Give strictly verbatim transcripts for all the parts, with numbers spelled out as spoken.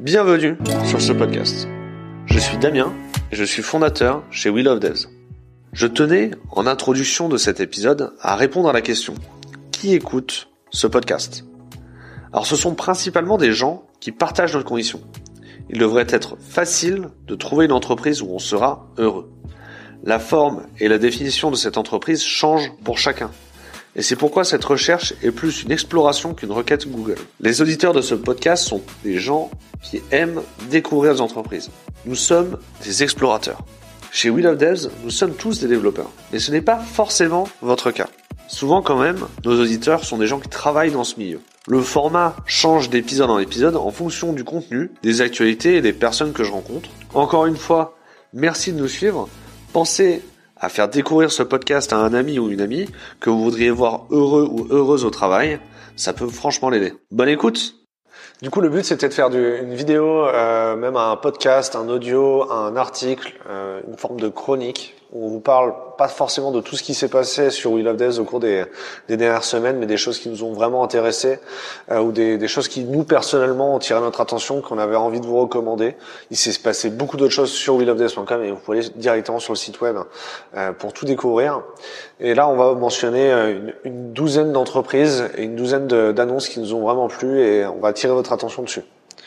Bienvenue sur ce podcast. Je suis Damien et je suis fondateur chez We Love Devs. Je tenais, en introduction de cet épisode, à répondre à la question « Qui écoute ce podcast ?» Alors ce sont principalement des gens qui partagent notre condition. Il devrait être facile de trouver une entreprise où on sera heureux. La forme et la définition de cette entreprise changent pour chacun. Et c'est pourquoi cette recherche est plus une exploration qu'une requête Google. Les auditeurs de ce podcast sont des gens qui aiment découvrir des entreprises. Nous sommes des explorateurs. Chez We Love Devs, nous sommes tous des développeurs. Mais ce n'est pas forcément votre cas. Souvent quand même, nos auditeurs sont des gens qui travaillent dans ce milieu. Le format change d'épisode en épisode en fonction du contenu, des actualités et des personnes que je rencontre. Encore une fois, merci de nous suivre. Pensez à faire découvrir ce podcast à un ami ou une amie que vous voudriez voir heureux ou heureuse au travail. Ça peut franchement l'aider. Bonne écoute. Du coup, le but, c'était de faire du, une vidéo, euh, même un podcast, un audio, un article, euh, une forme de chronique où on vous parle pas forcément de tout ce qui s'est passé sur We Love Devs au cours des, des dernières semaines, mais des choses qui nous ont vraiment intéressés euh, ou des, des choses qui, nous, personnellement, ont tiré notre attention, qu'on avait envie de vous recommander. Il s'est passé beaucoup d'autres choses sur we love devs point com et vous pouvez aller directement sur le site web euh, pour tout découvrir. Et là, on va mentionner une, une douzaine d'entreprises et une douzaine de, d'annonces qui nous ont vraiment plu et on va attirer votre attention dessus.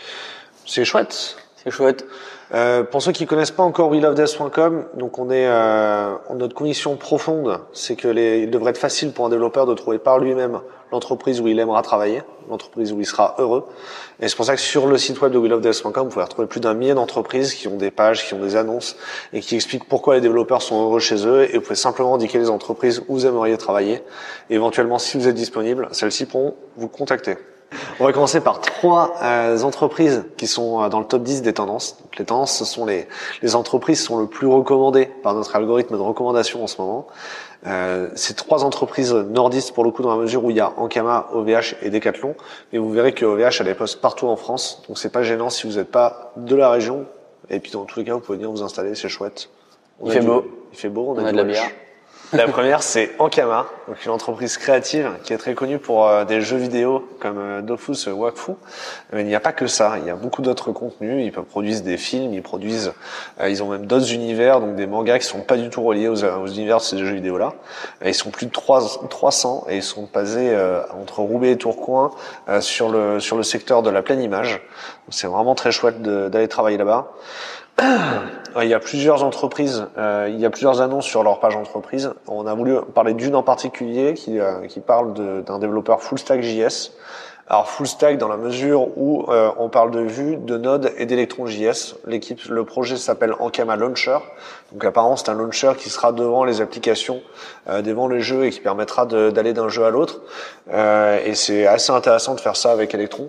C'est chouette. C'est chouette. Euh, pour ceux qui connaissent pas encore we love devs point com, donc on est euh, notre conviction profonde, c'est que les, il devrait être facile pour un développeur de trouver par lui-même l'entreprise où il aimera travailler, l'entreprise où il sera heureux. Et c'est pour ça que sur le site web de we love devs point com, vous pouvez retrouver plus d'un millier d'entreprises qui ont des pages, qui ont des annonces et qui expliquent pourquoi les développeurs sont heureux chez eux. Et vous pouvez simplement indiquer les entreprises où vous aimeriez travailler. Et éventuellement, si vous êtes disponible, celles-ci pourront vous contacter. On va commencer par trois euh, entreprises qui sont euh, dans le top dix des tendances. Donc, les tendances, ce sont les, les entreprises qui sont le plus recommandées par notre algorithme de recommandation en ce moment. Euh, c'est trois entreprises nordistes pour le coup, dans la mesure où il y a Ankama, O V H et Decathlon. Mais vous verrez que O V H a des postes partout en France, donc c'est pas gênant si vous n'êtes pas de la région. Et puis dans tous les cas, vous pouvez venir vous installer, c'est chouette. On il fait du, beau. Il fait beau, on, on a, a de la bière. La première, c'est Ankama, donc une entreprise créative qui est très connue pour euh, des jeux vidéo comme euh, Dofus, euh, Wakfu. Mais il n'y a pas que ça, il y a beaucoup d'autres contenus. Ils produisent des films, ils produisent, euh, ils ont même d'autres univers, donc des mangas qui sont pas du tout reliés aux, aux univers de ces jeux vidéo-là. Et ils sont plus de trois cents et ils sont basés euh, entre Roubaix et Tourcoing euh, sur le sur le secteur de la pleine image. Donc c'est vraiment très chouette de, d'aller travailler là-bas. Il y a plusieurs entreprises, euh, il y a plusieurs annonces sur leur page entreprise. On a voulu parler d'une en particulier qui, euh, qui parle de, d'un développeur full stack J S. Alors full stack dans la mesure où euh, on parle de Vue, de Node et d'Electron J S. L'équipe, le projet s'appelle Ankama Launcher. Donc apparemment c'est un launcher qui sera devant les applications, euh, devant les jeux et qui permettra de, d'aller d'un jeu à l'autre. Euh, et c'est assez intéressant de faire ça avec Electron.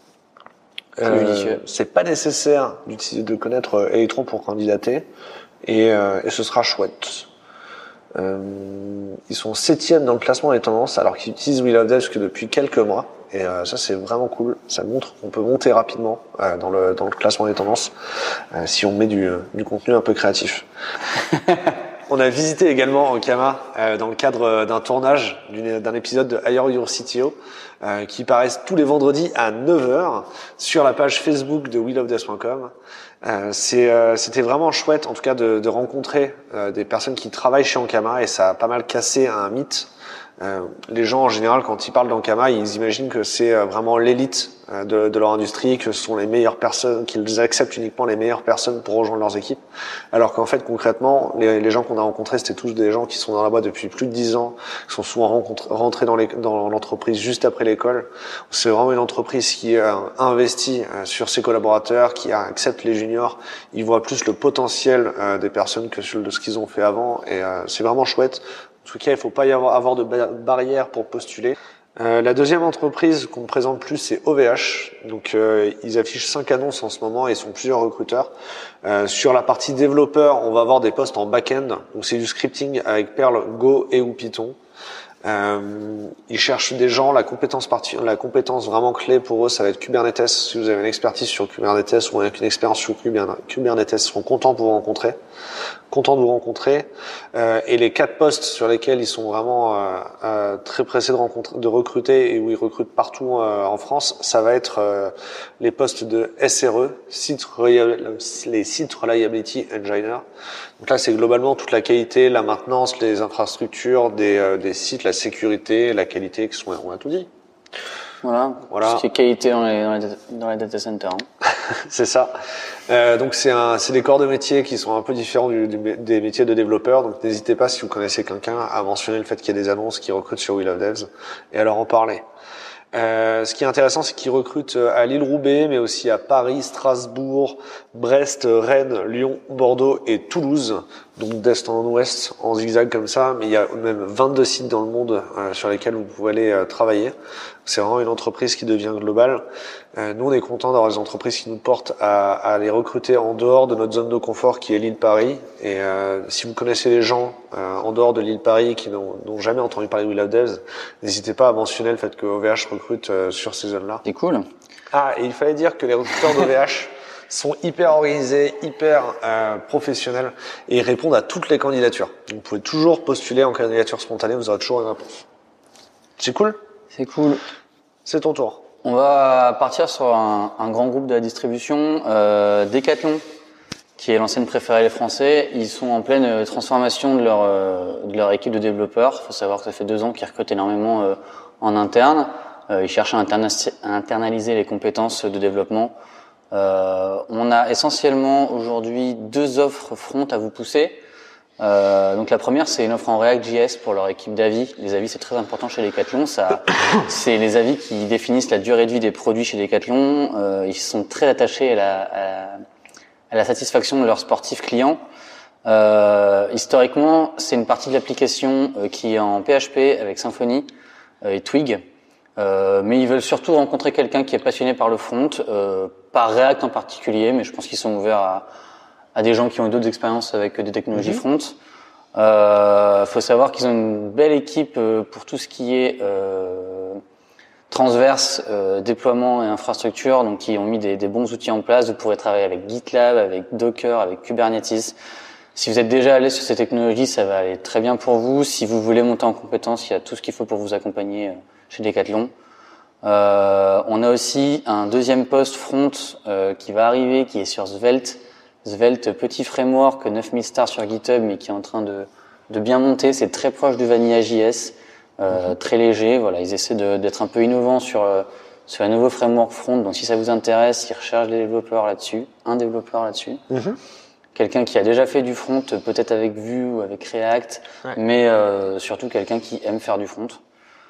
Euh, c'est pas nécessaire d'utiliser, de connaître euh, Electron pour candidater et, euh, et ce sera chouette. Euh, ils sont septième dans le classement des tendances alors qu'ils utilisent We Love Devs que depuis quelques mois et euh, ça c'est vraiment cool. Ça montre qu'on peut monter rapidement euh, dans le dans le classement des tendances euh, si on met du, du contenu un peu créatif. On a visité également Ankama euh, dans le cadre d'un tournage d'une, d'un épisode de Hire Your C T O euh, qui paraissent tous les vendredis à neuf heures sur la page Facebook de we love devs point com. Euh, c'est, euh, c'était vraiment chouette en tout cas de, de rencontrer euh, des personnes qui travaillent chez Ankama et ça a pas mal cassé un mythe. Euh, les gens en général quand ils parlent d'Ankama ils imaginent que c'est euh, vraiment l'élite euh, de, de leur industrie, que ce sont les meilleures personnes, qu'ils acceptent uniquement les meilleures personnes pour rejoindre leurs équipes, alors qu'en fait concrètement les, les gens qu'on a rencontrés c'était tous des gens qui sont dans la boîte depuis plus de dix ans, qui sont souvent rencontrés, rentrés dans, les, dans l'entreprise juste après l'école. C'est vraiment une entreprise qui euh, investit euh, sur ses collaborateurs, qui accepte les juniors, ils voient plus le potentiel euh, des personnes que sur de ce qu'ils ont fait avant et euh, c'est vraiment chouette. En tout cas, il faut pas y avoir, avoir de barrière pour postuler. Euh, la deuxième entreprise qu'on ne présente plus, c'est O V H. Donc, euh, ils affichent cinq annonces en ce moment et sont plusieurs recruteurs. Euh, sur la partie développeur, on va avoir des postes en back-end. Donc, c'est du scripting avec Perl, Go et ou Python. Euh, ils cherchent des gens, la compétence parti- la compétence vraiment clé pour eux, ça va être Kubernetes. Si vous avez une expertise sur Kubernetes ou avec une expérience sur Kubernetes, ils seront contents de vous rencontrer. Contents de vous rencontrer. Euh, et les quatre postes sur lesquels ils sont vraiment euh, euh, très pressés de rencontrer, de recruter et où ils recrutent partout euh, en France, ça va être euh, les postes de S R E, site Reliab- les Site Reliability Engineer. Donc là, c'est globalement toute la qualité, la maintenance, les infrastructures des, euh, des sites, la sécurité, la qualité, qui sont, on a tout dit. Voilà, voilà. Tout ce qui est qualité dans les, dans les, dans les data centers. Hein. C'est ça. Euh, donc c'est un, c'est des corps de métier qui sont un peu différents du, du, des métiers de développeurs. Donc n'hésitez pas, si vous connaissez quelqu'un, à mentionner le fait qu'il y a des annonces qui recrutent sur We Love Devs et à leur en parler. Euh, ce qui est intéressant, c'est qu'ils recrutent à Lille-Roubaix, mais aussi à Paris, Strasbourg, Brest, Rennes, Lyon, Bordeaux et Toulouse. Donc d'est en ouest, en zigzag comme ça. Mais il y a même vingt-deux sites dans le monde euh, sur lesquels vous pouvez aller euh, travailler. C'est vraiment une entreprise qui devient globale. Euh, nous, on est content d'avoir des entreprises qui nous portent à, à les recruter en dehors de notre zone de confort qui est l'île-Paris. Et euh, si vous connaissez les gens euh, en dehors de l'île-Paris qui n'ont, n'ont jamais entendu parler de We Love Devs, n'hésitez pas à mentionner le fait que O V H recrute euh, sur ces zones-là. C'est cool. Ah, et il fallait dire que les recruteurs d'O V H sont hyper organisés, hyper euh, professionnels et ils répondent à toutes les candidatures. Donc, vous pouvez toujours postuler en candidature spontanée, vous aurez toujours une réponse. C'est cool ? C'est cool. C'est ton tour. On va partir sur un, un grand groupe de la distribution, euh, Decathlon, qui est l'enseigne préférée des Français. Ils sont en pleine transformation de leur, euh, de leur équipe de développeurs. Il faut savoir que ça fait deux ans qu'ils recrutent énormément euh, en interne. Euh, ils cherchent à, interna- à internaliser les compétences de développement. Euh, on a essentiellement aujourd'hui deux offres front à vous pousser. Euh, donc la première, c'est une offre en React.js pour leur équipe d'avis. Les avis, c'est très important chez Decathlon. Ça, c'est les avis qui définissent la durée de vie des produits chez Decathlon. Euh, ils sont très attachés à la, à, à la satisfaction de leurs sportifs clients. Euh, historiquement, c'est une partie de l'application euh, qui est en P H P avec Symfony euh, et Twig. Euh, mais ils veulent surtout rencontrer quelqu'un qui est passionné par le front, euh, par React en particulier, mais je pense qu'ils sont ouverts à à des gens qui ont eu d'autres expériences avec des technologies front. Il euh, faut savoir qu'ils ont une belle équipe pour tout ce qui est euh, transverse, euh, déploiement et infrastructure, donc ils ont mis des, des bons outils en place. Vous pourrez travailler avec GitLab, avec Docker, avec Kubernetes. Si vous êtes déjà allé sur ces technologies, ça va aller très bien pour vous. Si vous voulez monter en compétence, il y a tout ce qu'il faut pour vous accompagner chez Decathlon. Euh, on a aussi un deuxième poste front euh, qui va arriver, qui est sur Svelte. Svelte, petit framework, neuf mille stars sur GitHub, mais qui est en train de, de bien monter. C'est très proche du Vanilla.js, euh, mm-hmm. très léger. Voilà, ils essaient de, d'être un peu innovants sur, sur un nouveau framework front. Donc, si ça vous intéresse, ils recherchent des développeurs là-dessus, un développeur là-dessus. Mm-hmm. Quelqu'un qui a déjà fait du front, peut-être avec Vue ou avec React, ouais. mais euh, surtout quelqu'un qui aime faire du front.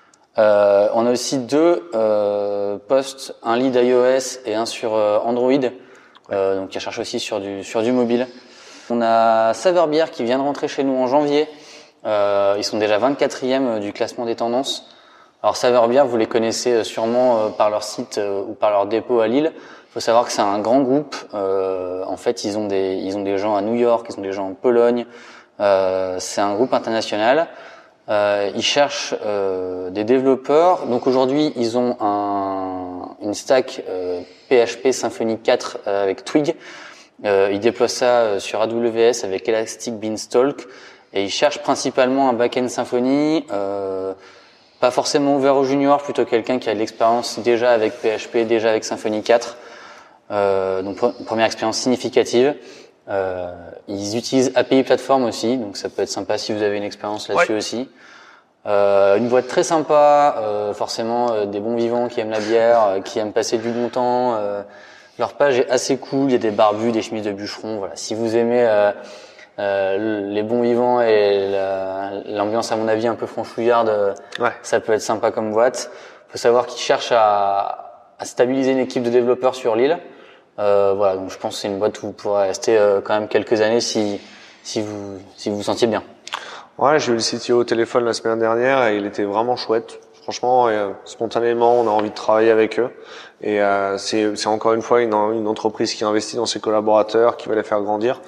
Euh, on a aussi deux euh, postes, un lead iOS et un sur euh, Android. Euh, donc qui cherche aussi sur du sur du mobile. On a Saverbier qui vient de rentrer chez nous en janvier. Euh, ils sont déjà vingt-quatrième du classement des tendances. Alors Saverbier, vous les connaissez sûrement euh, par leur site euh, ou par leur dépôt à Lille. Il faut savoir que c'est un grand groupe. Euh, en fait, ils ont des ils ont des gens à New York, ils ont des gens en Pologne. Euh, c'est un groupe international. Euh, ils cherchent euh, des développeurs. Donc aujourd'hui, ils ont un, une stack euh, P H P Symfony quatre euh, avec Twig. Euh, ils déploient ça euh, sur A W S avec Elastic Beanstalk. Et ils cherchent principalement un back-end Symfony, euh, pas forcément ouvert aux juniors, plutôt quelqu'un qui a de l'expérience déjà avec P H P, déjà avec Symfony quatre. Euh, donc une première expérience significative. Euh, ils utilisent A P I Platform aussi, donc ça peut être sympa si vous avez une expérience là-dessus ouais. aussi. Euh, une boîte très sympa, euh, forcément euh, des bons vivants qui aiment la bière, euh, qui aiment passer du bon temps. Euh, leur page est assez cool, il y a des barbus, des chemises de bûcherons. Voilà, si vous aimez euh, euh, les bons vivants et la, l'ambiance à mon avis un peu franchouillarde, euh, ouais. ça peut être sympa comme boîte. Il faut savoir qu'ils cherchent à, à stabiliser une équipe de développeurs sur l'île. Euh, voilà, donc je pense que c'est une boîte où vous pourrez rester euh, quand même quelques années si si vous si vous vous sentiez bien. Ouais, j'ai eu le C T O au téléphone la semaine dernière et il était vraiment chouette. Franchement, euh, spontanément, on a envie de travailler avec eux. Et euh, c'est c'est encore une fois une, une entreprise qui investit dans ses collaborateurs, qui va les faire grandir.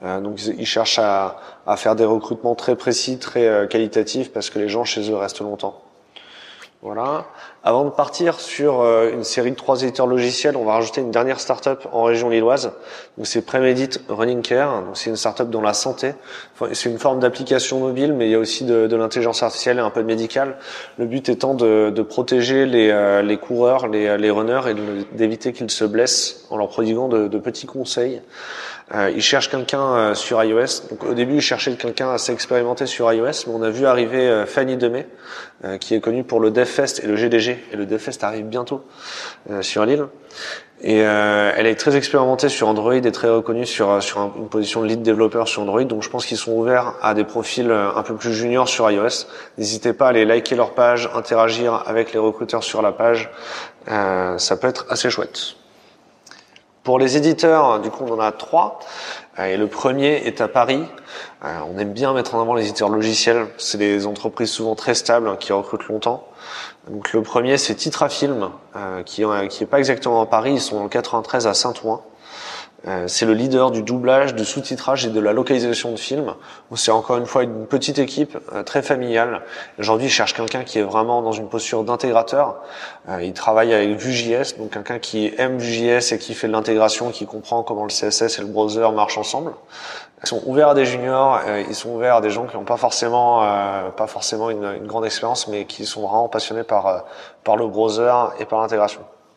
Euh, donc ils, ils cherchent à, à faire des recrutements très précis, très euh, qualitatifs, parce que les gens chez eux restent longtemps. Voilà. Avant de partir sur euh, une série de trois éditeurs logiciels, on va rajouter une dernière start-up en région lilloise. Donc c'est Premedit Running Care. Donc c'est une start-up dans la santé. Enfin, c'est une forme d'application mobile, mais il y a aussi de, de l'intelligence artificielle et un peu de médical. Le but étant de, de protéger les, euh, les coureurs, les, les runners, et de, d'éviter qu'ils se blessent en leur prodiguant de, de petits conseils. Euh, ils cherchent quelqu'un euh, sur iOS. Donc au début, ils cherchaient quelqu'un assez expérimenté sur iOS, mais on a vu arriver euh, Fanny Demey, euh, qui est connue pour le DevFest et le G D G. Et le DevFest arrive bientôt euh, sur l'île. Et euh, elle est très expérimentée sur Android et très reconnue sur sur un, une position de lead développeur sur Android. Donc je pense qu'ils sont ouverts à des profils un peu plus juniors sur iOS. N'hésitez pas à aller liker leur page, interagir avec les recruteurs sur la page. Euh, ça peut être assez chouette. Pour les éditeurs, du coup, on en a trois. Et le premier est à Paris. On aime bien mettre en avant les éditeurs logiciels. C'est des entreprises souvent très stables qui recrutent longtemps. Donc le premier, c'est Titrafilm, qui est, qui est pas exactement à Paris. Ils sont dans le quatre-vingt-treize à Saint-Ouen. Euh, c'est le leader du doublage, du sous-titrage et de la localisation de films. C'est encore une fois une petite équipe euh, très familiale. Aujourd'hui, je cherche quelqu'un qui est vraiment dans une posture d'intégrateur. Euh, il travaille avec Vue.js, donc quelqu'un qui aime Vue.js et qui fait de l'intégration, qui comprend comment le C S S et le browser marchent ensemble. Ils sont ouverts à des juniors, euh, ils sont ouverts à des gens qui n'ont pas forcément, euh, pas forcément une, une grande expérience, mais qui sont vraiment passionnés par euh, par le browser et par l'intégration.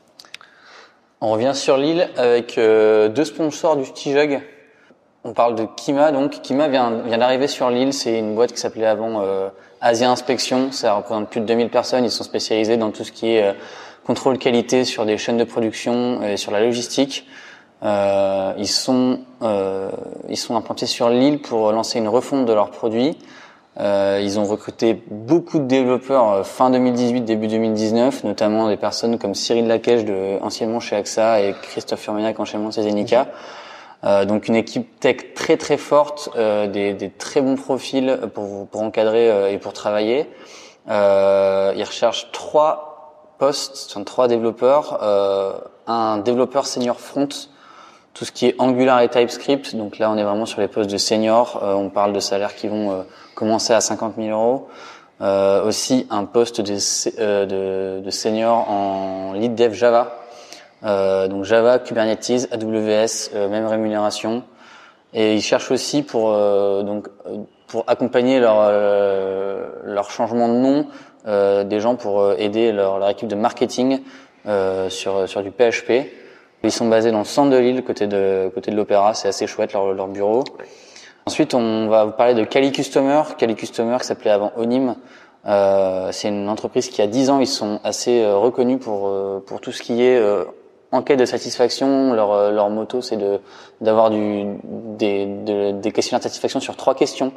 On revient sur l'île avec euh, deux sponsors du Stijog. On parle de Kima, donc Kima vient, vient d'arriver sur l'île. C'est une boîte qui s'appelait avant euh, Asia Inspection. Ça représente plus de deux mille personnes. Ils sont spécialisés dans tout ce qui est euh, contrôle qualité sur des chaînes de production et sur la logistique. Euh, ils sont euh, ils sont implantés sur l'île pour lancer une refonte de leurs produits. Euh, ils ont recruté beaucoup de développeurs euh, fin deux mille dix-huit, début deux mille dix-neuf, notamment des personnes comme Cyril Laquèche, de, anciennement chez A X A, et Christophe Furmeniac, anciennement chez Zenica. Euh, donc une équipe tech très très forte, euh, des, des très bons profils pour, pour encadrer euh, et pour travailler. Euh, ils recherchent trois postes, enfin trois développeurs, euh, un développeur senior front, tout ce qui est Angular et TypeScript. Donc là, on est vraiment sur les postes de senior. Euh, on parle de salaires qui vont euh, commencer à cinquante mille euros. Euh, aussi un poste de, euh, de, de senior en lead dev Java. Euh, donc Java, Kubernetes, A W S, euh, même rémunération. Et ils cherchent aussi pour euh, donc pour accompagner leur euh, leur changement de nom euh, des gens pour aider leur, leur équipe de marketing euh, sur sur du P H P. Ils sont basés dans le centre de l'île, côté de côté de l'Opéra. C'est assez chouette leur leur bureau. Ensuite, on va vous parler de Kali Customer. Kali Customer, qui s'appelait avant Onim. Euh, c'est une entreprise qui a dix ans. Ils sont assez euh, reconnus pour euh, pour tout ce qui est euh, enquête de satisfaction. Leur leur motto, c'est de d'avoir du des de, des questionnaires de satisfaction sur trois questions,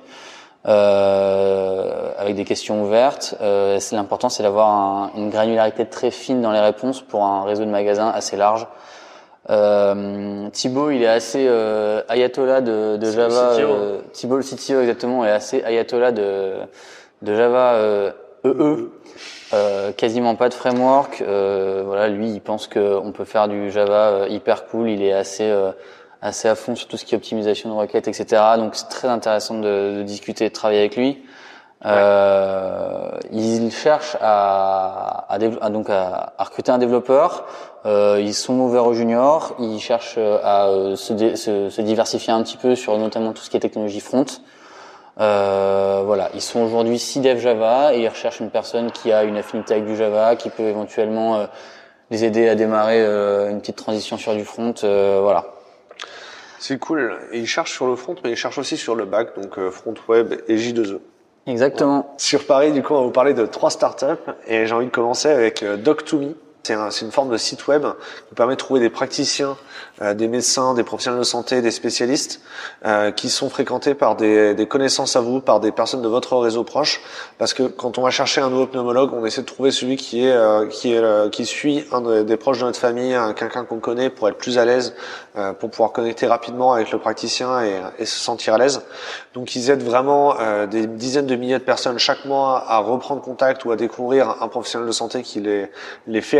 euh, avec des questions ouvertes. Euh, c'est l'important, c'est d'avoir un, une granularité très fine dans les réponses pour un réseau de magasins assez large. Euh, Thibaut, il est assez euh, ayatollah de, de Java. Euh, Thibaut, le C T O exactement, est assez ayatollah de de Java euh, E E. Euh, quasiment pas de framework. Euh, voilà, lui, il pense que on peut faire du Java euh, hyper cool. Il est assez euh, assez à fond sur tout ce qui est optimisation de requêtes, et cetera. Donc c'est très intéressant de, de discuter, et de travailler avec lui. Euh, il cherche à, à, à donc à, à recruter un développeur. Euh, ils sont ouverts aux juniors. Ils cherchent à se, dé, se, se diversifier un petit peu sur notamment tout ce qui est technologie front. Euh, voilà, ils sont aujourd'hui six devs Java et ils recherchent une personne qui a une affinité avec du Java, qui peut éventuellement euh, les aider à démarrer euh, une petite transition sur du front. Euh, voilà. C'est cool. Et ils cherchent sur le front, mais ils cherchent aussi sur le back, donc euh, front web et J deux E. Exactement. Ouais. Sur Paris, du coup, on va vous parler de trois startups et j'ai envie de commencer avec euh, doc to me. C'est, un, c'est une forme de site web qui permet de trouver des praticiens, euh, des médecins, des professionnels de santé, des spécialistes euh, qui sont fréquentés par des, des connaissances à vous, par des personnes de votre réseau proche. Parce que quand on va chercher un nouveau pneumologue, on essaie de trouver celui qui est euh, qui est euh, qui suit un de, des proches de notre famille, un, quelqu'un qu'on connaît pour être plus à l'aise, euh, pour pouvoir connecter rapidement avec le praticien et, et se sentir à l'aise. Donc ils aident vraiment euh, des dizaines de milliers de personnes chaque mois à reprendre contact ou à découvrir un professionnel de santé qui les les fait aller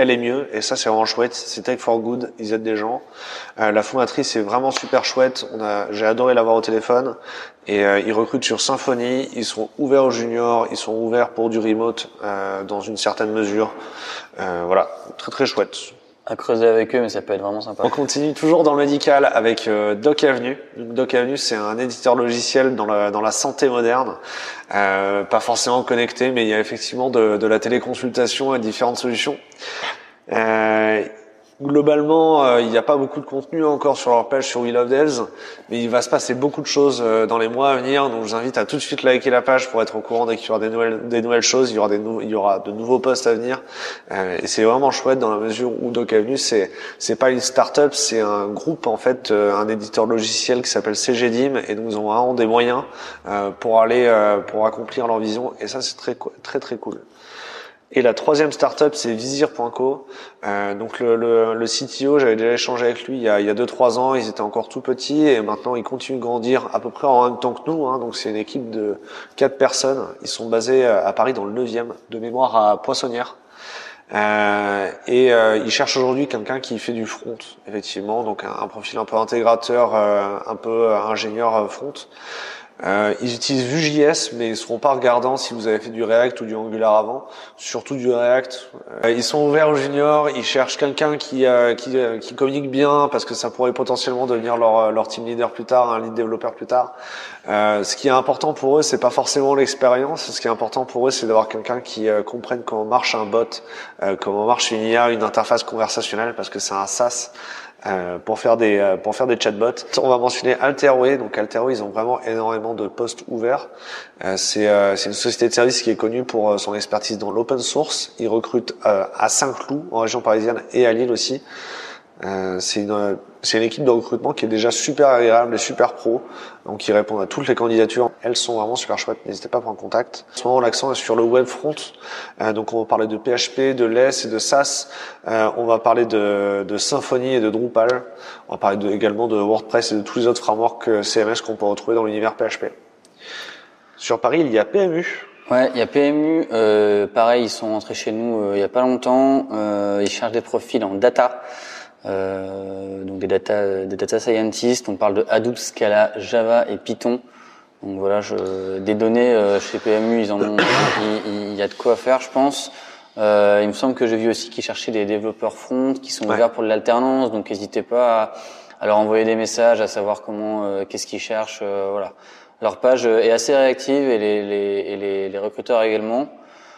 aller mieux, et ça c'est vraiment chouette. C'est Tech for Good, ils aident des gens. Euh, la fondatrice est vraiment super chouette. On a, j'ai adoré l'avoir au téléphone. Et euh, ils recrutent sur Symfony. Ils sont ouverts aux juniors, ils sont ouverts pour du remote euh, dans une certaine mesure. Euh, voilà, très très chouette. À creuser avec eux, mais ça peut être vraiment sympa. On continue toujours dans le médical avec euh, Doc Avenue. Doc Avenue, c'est un éditeur logiciel dans la, dans la santé moderne. Euh, pas forcément connecté, mais il y a effectivement de, de la téléconsultation et différentes solutions. Euh, Globalement, euh, il n'y a pas beaucoup de contenu encore sur leur page sur We Love Devs, mais il va se passer beaucoup de choses euh, dans les mois à venir. Donc, je vous invite à tout de suite liker la page pour être au courant dès qu'il y aura des nouvelles, des nouvelles choses. Il y aura des, nou- il y aura de nouveaux posts à venir, euh, et c'est vraiment chouette dans la mesure où Doc Avenue, c'est, c'est pas une start-up, c'est un groupe en fait, euh, un éditeur logiciel qui s'appelle C G D I M, et donc ils ont vraiment des moyens euh, pour aller, euh, pour accomplir leur vision. Et ça, c'est très, très, très cool. Et la troisième startup, c'est Vizir point co. Euh, donc le, le, le C T O, j'avais déjà échangé avec lui il y a, il y a deux trois ans. Ils étaient encore tout petits et maintenant ils continuent de grandir à peu près en même temps que nous. Hein. Donc c'est une équipe de quatre personnes. Ils sont basés à Paris dans le neuvième, de mémoire à Poissonnière. Euh, et euh, ils cherchent aujourd'hui quelqu'un qui fait du front, effectivement. Donc un, un profil un peu intégrateur, euh, un peu ingénieur front. Euh, ils utilisent Vue.js, mais ils seront pas regardants si vous avez fait du React ou du Angular avant, surtout du React. Euh, ils sont ouverts aux juniors, ils cherchent quelqu'un qui euh, qui, euh, qui communique bien, parce que ça pourrait potentiellement devenir leur leur team leader plus tard, un lead développeur plus tard. Euh, ce qui est important pour eux, c'est pas forcément l'expérience. Ce qui est important pour eux, c'est d'avoir quelqu'un qui euh, comprenne comment marche un bot, euh, comment marche une I A, une interface conversationnelle, parce que c'est un SaaS. Euh, pour faire des euh, pour faire des chatbots. On va mentionner Alterway. Donc Alterway, ils ont vraiment énormément de postes ouverts. Euh, c'est euh, c'est une société de services qui est connue pour euh, son expertise dans l'open source. Ils recrutent euh, à Saint-Cloud en région parisienne et à Lille aussi. Euh, c'est une c'est une équipe de recrutement qui est déjà super agréable et super pro, donc ils répondent à toutes les candidatures. Elles sont vraiment super chouettes, n'hésitez pas à prendre contact. En ce moment, l'accent est sur le web front, euh, donc on va parler de P H P, de L E S et de SaaS. Euh, on va parler de, de Symfony et de Drupal. On va parler de, également de WordPress et de tous les autres frameworks C M S qu'on peut retrouver dans l'univers P H P. Sur Paris, il y a P M U. Ouais, il y a P M U. Euh, pareil, ils sont rentrés chez nous euh, il y a pas longtemps. Euh, ils cherchent des profils en data. Euh, donc des data, des data scientists. On parle de Hadoop, Scala, Java et Python. Donc voilà, je, des données euh, chez P M U, ils en ont, il, il y a de quoi faire, je pense. Euh, il me semble que j'ai vu aussi qu'ils cherchaient des développeurs front, qui sont ouverts ouais. pour de l'alternance. Donc n'hésitez pas à, à leur envoyer des messages, à savoir comment, euh, qu'est-ce qu'ils cherchent. Euh, voilà, leur page est assez réactive et les, les, et les, les recruteurs également.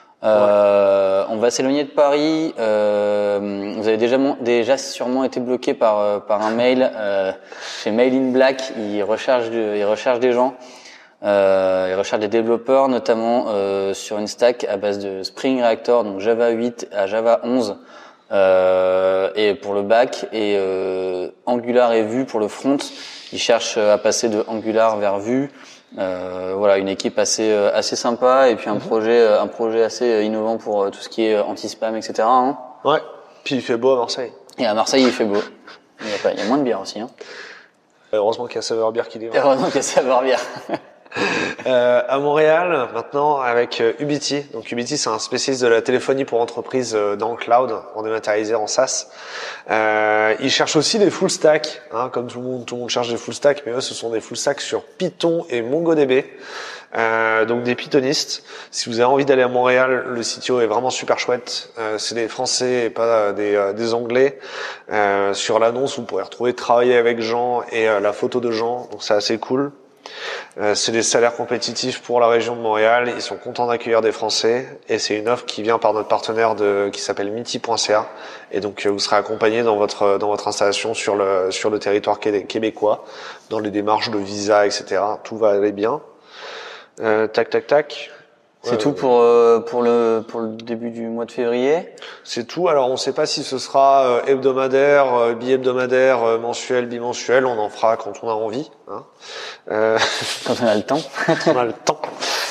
Euh, ouais. On va s'éloigner de Paris. Euh, vous avez déjà déjà sûrement été bloqué par par un mail euh, chez Mail in Black. Ils recherchent ils recherchent des gens. Euh, ils recherchent des développeurs, notamment euh, sur une stack à base de Spring Reactor, donc Java huit à Java onze, euh, et pour le back, et euh, Angular et Vue pour le front. Ils cherchent à passer de Angular vers Vue. Euh, voilà, une équipe assez assez sympa, et puis un mm-hmm. projet un projet assez innovant pour tout ce qui est anti-spam, et cetera. Hein. Ouais. Puis il fait beau à Marseille. Et à Marseille, il fait beau. Il y a pas, il y a moins de bière aussi. Hein. Heureusement qu'il y a Saveur Bière qui démarre. Heureusement qu'il y a Saveur Bière. Euh, à Montréal, maintenant, avec euh, Ubiti. Donc Ubiti, c'est un spécialiste de la téléphonie pour entreprise euh, dans le cloud, en dématérialisé, en SaaS. Euh, ils cherchent aussi des full stack, hein, comme tout le monde, tout le monde cherche des full stack, mais eux, ce sont des full stack sur Python et MongoDB. Euh, donc des pythonistes. Si vous avez envie d'aller à Montréal, le C T O est vraiment super chouette. Euh, c'est des Français et pas des, euh, des Anglais. Euh, sur l'annonce, vous pourrez retrouver travailler avec Jean et euh, la photo de Jean, donc c'est assez cool. Euh, c'est des salaires compétitifs pour la région de Montréal. Ils sont contents d'accueillir des Français, et c'est une offre qui vient par notre partenaire de, qui s'appelle miti point c a. Et donc vous serez accompagné dans votre dans votre installation sur le sur le territoire québécois, dans les démarches de visa, et cetera. Tout va aller bien. Euh, tac tac tac. C'est euh, tout pour euh, pour le pour le début du mois de février. C'est tout. Alors on ne sait pas si ce sera euh, hebdomadaire, euh, bi-hebdomadaire, euh, mensuel, bimensuel. On en fera quand on a envie. Hein. Euh... Quand on a le temps. Quand on a le temps.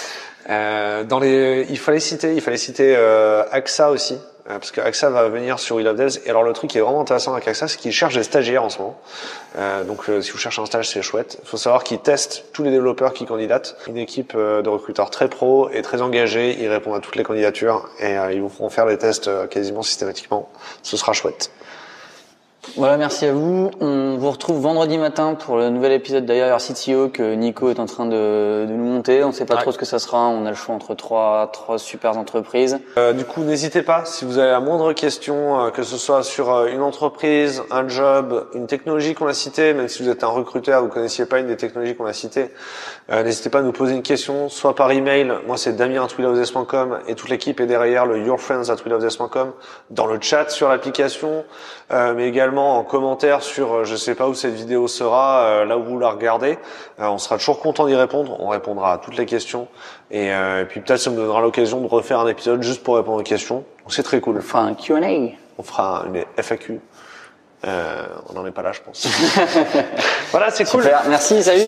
Euh, dans les, il fallait citer, il fallait citer euh, A X A aussi, euh, parce que A X A va venir sur We Love Devs. Et alors le truc qui est vraiment intéressant avec A X A, c'est qu'ils cherchent des stagiaires en ce moment. Euh, donc euh, si vous cherchez un stage, c'est chouette. Il faut savoir qu'ils testent tous les développeurs qui candidatent. Une équipe euh, de recruteurs très pro et très engagée. Ils répondent à toutes les candidatures et euh, ils vous feront faire les tests euh, quasiment systématiquement. Ce sera chouette. Voilà, merci à vous. On vous retrouve vendredi matin pour le nouvel épisode d'Ailleurs C T O que Nico est en train de, de nous monter. On ne sait pas ouais. trop ce que ça sera. On a le choix entre trois, trois super entreprises. Euh, du coup, n'hésitez pas, si vous avez la moindre question, euh, que ce soit sur euh, une entreprise, un job, une technologie qu'on a citée, même si vous êtes un recruteur, vous connaissiez pas une des technologies qu'on a citées, euh, n'hésitez pas à nous poser une question, soit par email. Moi, c'est damien arobase we love devs point com et toute l'équipe est derrière le yourfriends arobase we love devs point com, dans le chat sur l'application, euh, mais également en commentaire sur euh, je sais pas où cette vidéo sera, euh, là où vous la regardez. Euh, on sera toujours content d'y répondre. On répondra à toutes les questions. Et, euh, et puis peut-être ça me donnera l'occasion de refaire un épisode juste pour répondre aux questions. Donc c'est très cool. On fera un Q and A. On fera une F A Q. Euh, on n'en est pas là, je pense. Voilà, c'est cool. Super. Merci, salut.